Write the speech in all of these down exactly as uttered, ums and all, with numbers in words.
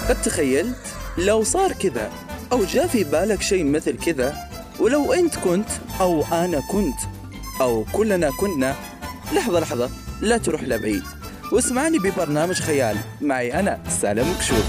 قد تخيلت لو صار كذا أو جاء في بالك شيء مثل كذا، ولو أنت كنت أو أنا كنت أو كلنا كنا؟ لحظة لحظة لا تروح لبعيد واسمعني ببرنامج خيال معي أنا سالم مكشوف.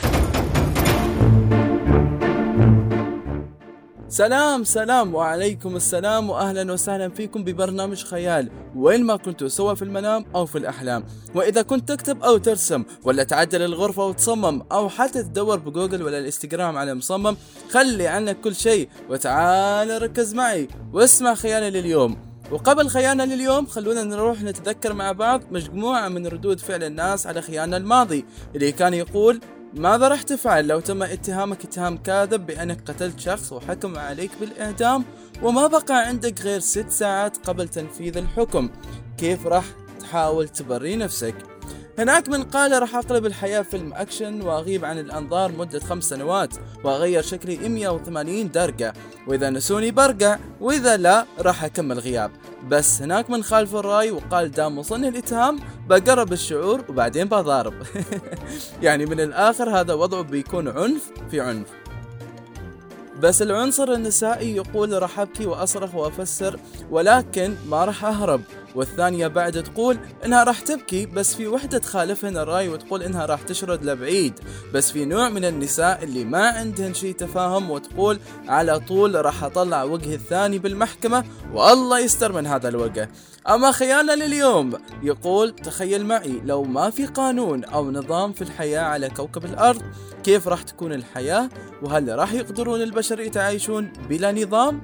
سلام سلام وعليكم السلام وأهلا وسهلا فيكم ببرنامج خيال، وين ما كنتوا سواء في المنام أو في الأحلام. وإذا كنت تكتب أو ترسم ولا تعدل الغرفة وتصمم أو حتى تدور بجوجل ولا الانستغرام على مصمم، خلي عنك كل شيء وتعال ركز معي واسمع خيالي لليوم. وقبل خيالنا لليوم خلونا نروح نتذكر مع بعض مجموعة من ردود فعل الناس على خيالنا الماضي اللي كان يقول: ماذا راح تفعل لو تم اتهامك اتهام كاذب بأنك قتلت شخص وحكم عليك بالإعدام وما بقى عندك غير ست ساعات قبل تنفيذ الحكم؟ كيف راح تحاول تبري نفسك؟ هناك من قال: راح أقلب الحياة فيلم أكشن وأغيب عن الأنظار مدة خمس سنوات وأغير شكلي مية وثمانين درجة، وإذا نسوني برجع وإذا لا راح أكمل غياب. بس هناك من خالف الرأي وقال: دام وصلني الاتهام بقرب الشعور وبعدين بضارب. يعني من الآخر هذا وضعه بيكون عنف في عنف. بس العنصر النسائي يقول: راح أبكي وأصرخ وأفسر ولكن ما راح أهرب. والثانية بعد تقول إنها راح تبكي، بس في وحدة تخالفهن الرأي وتقول إنها راح تشرد لبعيد. بس في نوع من النساء اللي ما عندهن شي تفاهم وتقول على طول راح أطلع وجه الثاني بالمحكمة والله يستر من هذا الوجه. أما خيالنا لليوم يقول: تخيل معي لو ما في قانون أو نظام في الحياة على كوكب الأرض، كيف راح تكون الحياة؟ وهل راح يقدرون البشر يتعايشون بلا نظام؟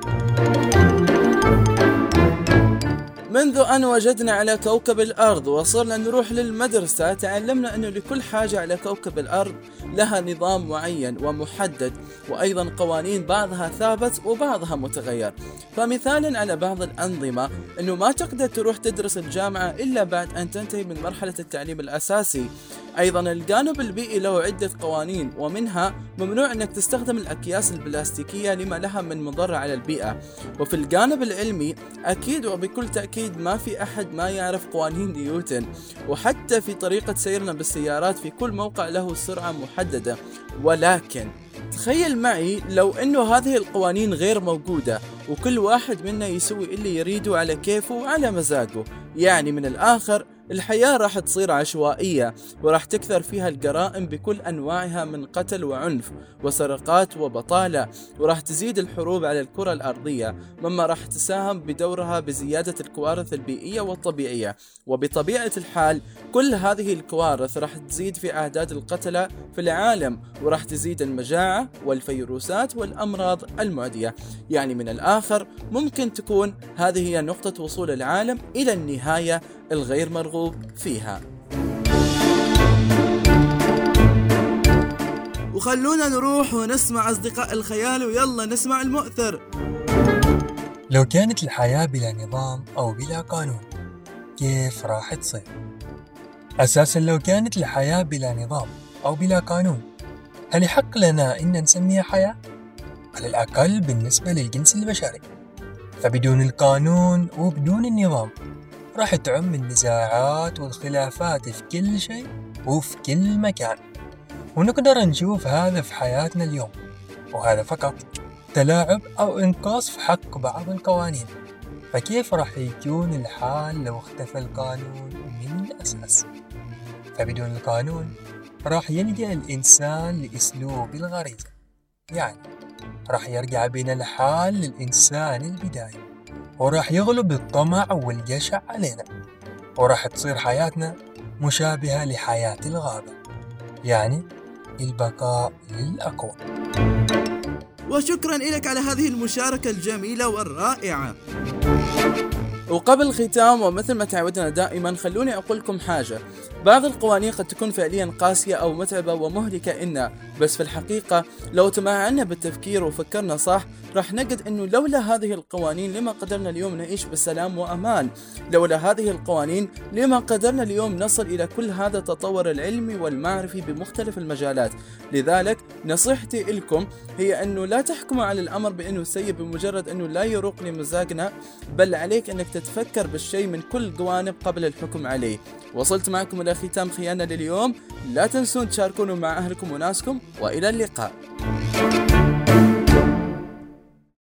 منذ أن وجدنا على كوكب الأرض وصرنا نروح للمدرسة تعلمنا أنه لكل حاجة على كوكب الأرض لها نظام معين ومحدد، وأيضا قوانين بعضها ثابت وبعضها متغير. فمثالا على بعض الأنظمة أنه ما تقدر تروح تدرس الجامعة إلا بعد أن تنتهي من مرحلة التعليم الأساسي. أيضا الجانب البيئي له عدة قوانين، ومنها ممنوع أنك تستخدم الأكياس البلاستيكية لما لها من مضرة على البيئة. وفي الجانب العلمي أكيد وبكل تأكيد ما في أحد ما يعرف قوانين نيوتن، وحتى في طريقة سيرنا بالسيارات في كل موقع له سرعة محددة. ولكن تخيل معي لو أنه هذه القوانين غير موجودة وكل واحد منا يسوي اللي يريده على كيفه وعلى مزاجه. يعني من الآخر الحياة راح تصير عشوائية وراح تكثر فيها الجرائم بكل أنواعها من قتل وعنف وسرقات وبطالة، وراح تزيد الحروب على الكرة الأرضية، مما راح تساهم بدورها بزيادة الكوارث البيئية والطبيعية. وبطبيعة الحال كل هذه الكوارث راح تزيد في أعداد القتلى في العالم، وراح تزيد المجاعة والفيروسات والأمراض المعدية. يعني من الآخر ممكن تكون هذه هي نقطة وصول العالم إلى النهاية الغير مرغوب فيها. وخلونا نروح ونسمع أصدقاء الخيال، ويلا نسمع المؤثر. لو كانت الحياة بلا نظام أو بلا قانون كيف راح تصير؟ أساسا لو كانت الحياة بلا نظام أو بلا قانون، هل يحق لنا إن نسميها حياة؟ على الأقل بالنسبة للجنس البشري. فبدون القانون وبدون النظام راح تعم النزاعات والخلافات في كل شيء وفي كل مكان، ونقدر نشوف هذا في حياتنا اليوم، وهذا فقط تلاعب أو إنقاص في حق بعض القوانين. فكيف راح يكون الحال لو اختفى القانون من الأساس؟ فبدون القانون راح يلجأ الإنسان لأسلوب الغريزة، يعني راح يرجع بين الحال للإنسان البداية، وراح يغلب الطمع والجشع علينا، وراح تصير حياتنا مشابهة لحياة الغابة، يعني البقاء للأقوى. وشكرا لك على هذه المشاركة الجميلة والرائعة. وقبل الختام ومثل ما تعودنا دائما، خلوني أقول لكم حاجة: بعض القوانين قد تكون فعليا قاسية أو متعبة ومهلكة إنا، بس في الحقيقة لو تمعنا بالتفكير وفكرنا صح راح نجد أنه لولا هذه القوانين لما قدرنا اليوم نعيش بسلام وأمان. لولا هذه القوانين لما قدرنا اليوم نصل إلى كل هذا التطور العلمي والمعرفي بمختلف المجالات. لذلك نصيحتي لكم هي أنه لا تحكموا على الأمر بأنه سيء بمجرد أنه لا يروق لمزاجنا، بل عليك أنك تتفكر بالشيء من كل الجوانب قبل الحكم عليه. وصلت معكم إلى ختام خيانة لليوم، لا تنسون تشاركونه مع أهلكم وناسكم، وإلى اللقاء.